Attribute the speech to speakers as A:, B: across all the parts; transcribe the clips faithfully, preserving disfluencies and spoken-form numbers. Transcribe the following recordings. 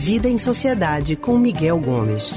A: Vida em Sociedade com Miguel Gomes.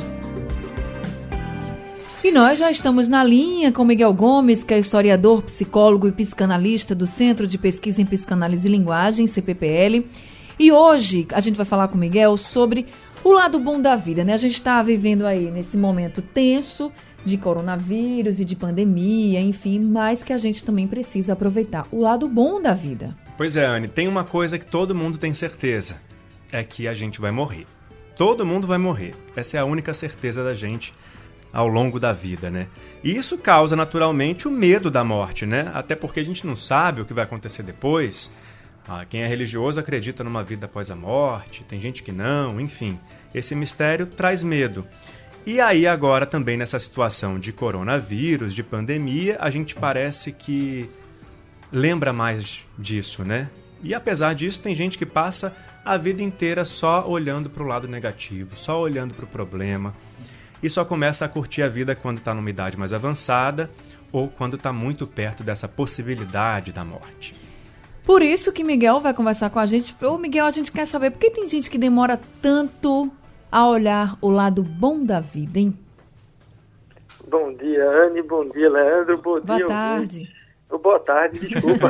B: E nós já estamos na linha com Miguel Gomes, que é historiador, psicólogo e psicanalista do Centro de Pesquisa em Psicanálise e Linguagem, C P P L. E hoje a gente vai falar com o Miguel sobre o lado bom da vida, né? A gente está vivendo aí nesse momento tenso de coronavírus e de pandemia, enfim, mas que a gente também precisa aproveitar o lado bom da vida.
C: Pois é, Anne, tem uma coisa que todo mundo tem certeza, é que a gente vai morrer. Todo mundo vai morrer. Essa é a única certeza da gente ao longo da vida, né? E isso causa naturalmente o medo da morte, né? Até porque a gente não sabe o que vai acontecer depois. Ah, quem é religioso acredita numa vida após a morte, tem gente que não, enfim. Esse mistério traz medo. E aí agora também nessa situação de coronavírus, de pandemia, a gente parece que lembra mais disso, né? E apesar disso, tem gente que passa a vida inteira só olhando para o lado negativo, só olhando para o problema. E só começa a curtir a vida quando está numa idade mais avançada ou quando está muito perto dessa possibilidade da morte.
B: Por isso que Miguel vai conversar com a gente. Ô Miguel, a gente quer saber por que tem gente que demora tanto a olhar o lado bom da vida, hein?
D: Bom dia, Anne. Bom dia, Leandro. Bom
B: Boa
D: dia,
B: tarde.
D: Oh, boa tarde, desculpa.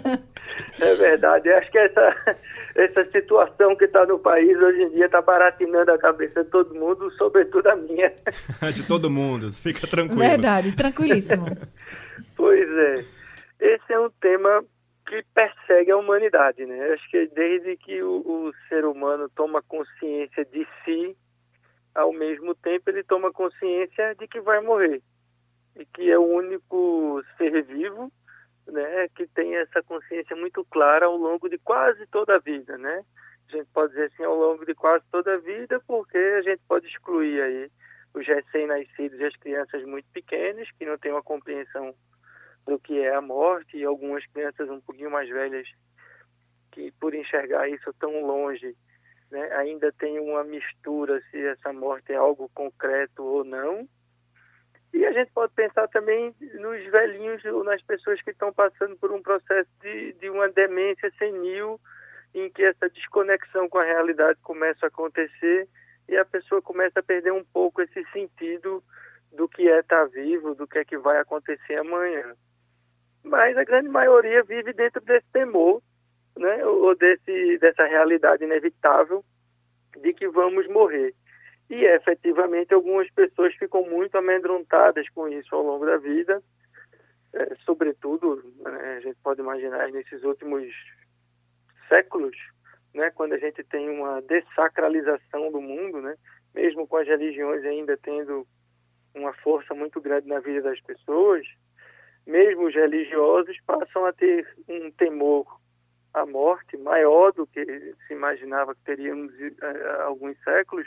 D: É verdade. Acho que essa, essa situação que está no país hoje em dia está baratinando a cabeça de todo mundo, sobretudo a minha.
C: De todo mundo. Fica tranquilo.
B: Verdade, tranquilíssimo.
D: Pois é. Esse é um tema que persegue a humanidade, né? Acho que desde que o, o ser humano toma consciência de si, ao mesmo tempo ele toma consciência de que vai morrer. E que é o único ser vivo, né, que tem essa consciência muito clara ao longo de quase toda a vida, né? A gente pode dizer assim, ao longo de quase toda a vida, porque a gente pode excluir aí os recém-nascidos e as crianças muito pequenas, que não têm uma compreensão do que é a morte, e algumas crianças um pouquinho mais velhas que, por enxergar isso tão longe, né, ainda tem uma mistura se essa morte é algo concreto ou não. E a gente pode pensar também nos velhinhos ou nas pessoas que estão passando por um processo de, de uma demência senil, em que essa desconexão com a realidade começa a acontecer e a pessoa começa a perder um pouco esse sentido do que é estar vivo, do que é que vai acontecer amanhã. Mas a grande maioria vive dentro desse temor, né, ou desse, dessa realidade inevitável de que vamos morrer. E, efetivamente, algumas pessoas ficam muito amedrontadas com isso ao longo da vida, é, sobretudo, né, a gente pode imaginar nesses últimos séculos, né, quando a gente tem uma dessacralização do mundo, né, mesmo com as religiões ainda tendo uma força muito grande na vida das pessoas, mesmo os religiosos passam a ter um temor à morte maior do que se imaginava que teríamos há alguns séculos.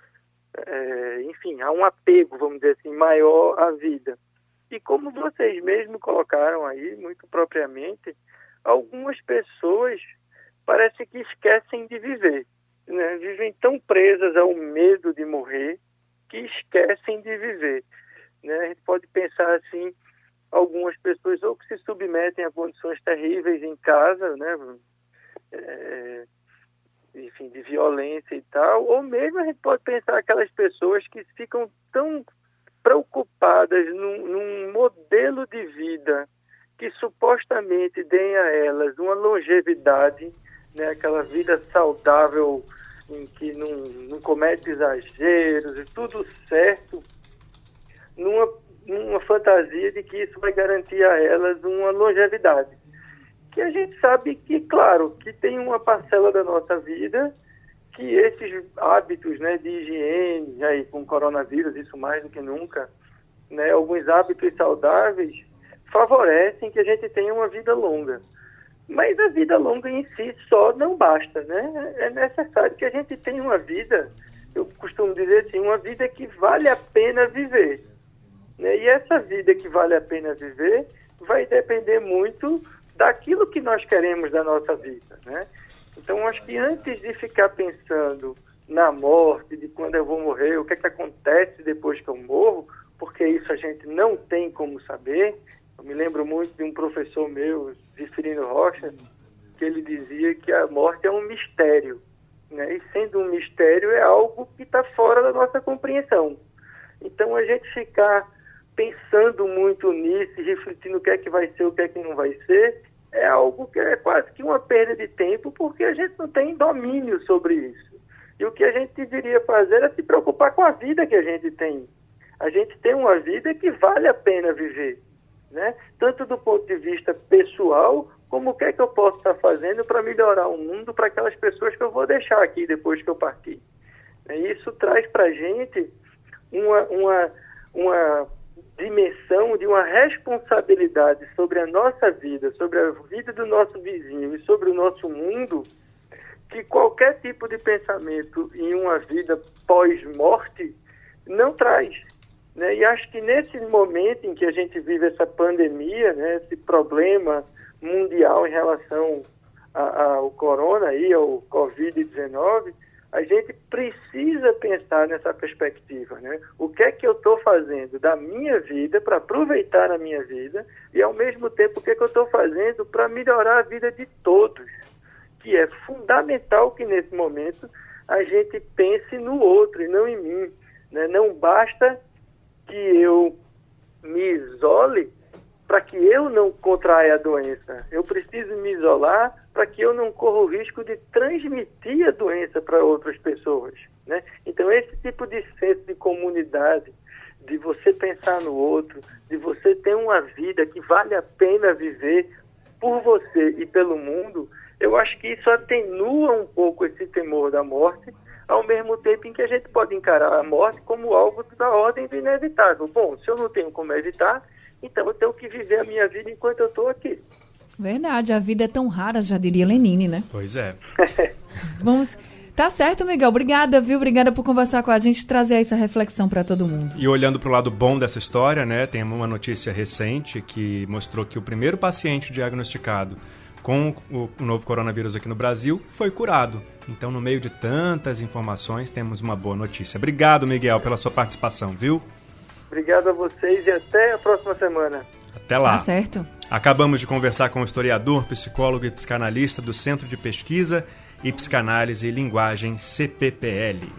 D: É, enfim, há um apego, vamos dizer assim, maior à vida. E como vocês mesmos colocaram aí, muito propriamente, algumas pessoas parece que esquecem de viver, né? Vivem tão presas ao medo de morrer que esquecem de viver, né? A gente pode pensar assim, algumas pessoas ou que se submetem a condições terríveis em casa, né? É, enfim, de violência e tal, ou mesmo a gente pode pensar aquelas pessoas que ficam tão preocupadas num, num modelo de vida que supostamente deem a elas uma longevidade, né, aquela vida saudável em que não, não comete exageros e tudo certo, numa, numa fantasia de que isso vai garantir a elas uma longevidade. Que a gente sabe que, claro, que tem uma parcela da nossa vida que esses hábitos, né, de higiene, aí com o coronavírus, isso mais do que nunca, né, alguns hábitos saudáveis favorecem que a gente tenha uma vida longa. Mas a vida longa em si só não basta, né? É necessário que a gente tenha uma vida, eu costumo dizer assim, uma vida que vale a pena viver, né? E essa vida que vale a pena viver vai depender muito daquilo que nós queremos da nossa vida, né? Então, acho que antes de ficar pensando na morte, de quando eu vou morrer, o que é que acontece depois que eu morro, porque isso a gente não tem como saber. Eu me lembro muito de um professor meu, Zifirino Rocha, que ele dizia que a morte é um mistério, né? E sendo um mistério, é algo que está fora da nossa compreensão. Então, a gente ficar pensando muito nisso e refletindo o que é que vai ser, o que é que não vai ser, é algo que é quase que uma perda de tempo, porque a gente não tem domínio sobre isso. E o que a gente deveria fazer é se preocupar com a vida que a gente tem. A gente tem uma vida que vale a pena viver, né? Tanto do ponto de vista pessoal, como o que é que eu posso estar fazendo para melhorar o mundo para aquelas pessoas que eu vou deixar aqui depois que eu partir. E isso traz para a gente uma, uma, uma dimensão de uma responsabilidade sobre a nossa vida, sobre a vida do nosso vizinho e sobre o nosso mundo, que qualquer tipo de pensamento em uma vida pós-morte não traz. Né? E acho que nesse momento em que a gente vive essa pandemia, né, esse problema mundial em relação a, ao corona, aí, ao covid dezenove, a gente precisa pensar nessa perspectiva, né? O que é que eu estou fazendo da minha vida para aproveitar a minha vida e, ao mesmo tempo, o que é que eu estou fazendo para melhorar a vida de todos, que é fundamental que, nesse momento, a gente pense no outro e não em mim, né? Não basta que eu me isole para que eu não contraia a doença. Eu preciso me isolar para que eu não corra o risco de transmitir a doença para outras pessoas, né? Então, esse tipo de senso de comunidade, de você pensar no outro, de você ter uma vida que vale a pena viver por você e pelo mundo, eu acho que isso atenua um pouco esse temor da morte, ao mesmo tempo em que a gente pode encarar a morte como algo da ordem do inevitável. Bom, se eu não tenho como evitar, então eu tenho que viver a minha vida enquanto eu estou aqui.
B: Verdade, a vida é tão rara, já diria Lenine, né?
C: Pois é.
B: Vamos... Tá certo, Miguel. Obrigada, viu? Obrigada por conversar com a gente e trazer essa reflexão para todo mundo.
C: E olhando para o lado bom dessa história, né, tem uma notícia recente que mostrou que o primeiro paciente diagnosticado com o novo coronavírus aqui no Brasil foi curado. Então, no meio de tantas informações, temos uma boa notícia. Obrigado, Miguel, pela sua participação, viu?
D: Obrigado a vocês e até a próxima semana.
C: Até lá.
B: Tá certo.
C: Acabamos de conversar com o historiador, psicólogo e psicanalista do Centro de Pesquisa e Psicanálise e Linguagem, C P P L.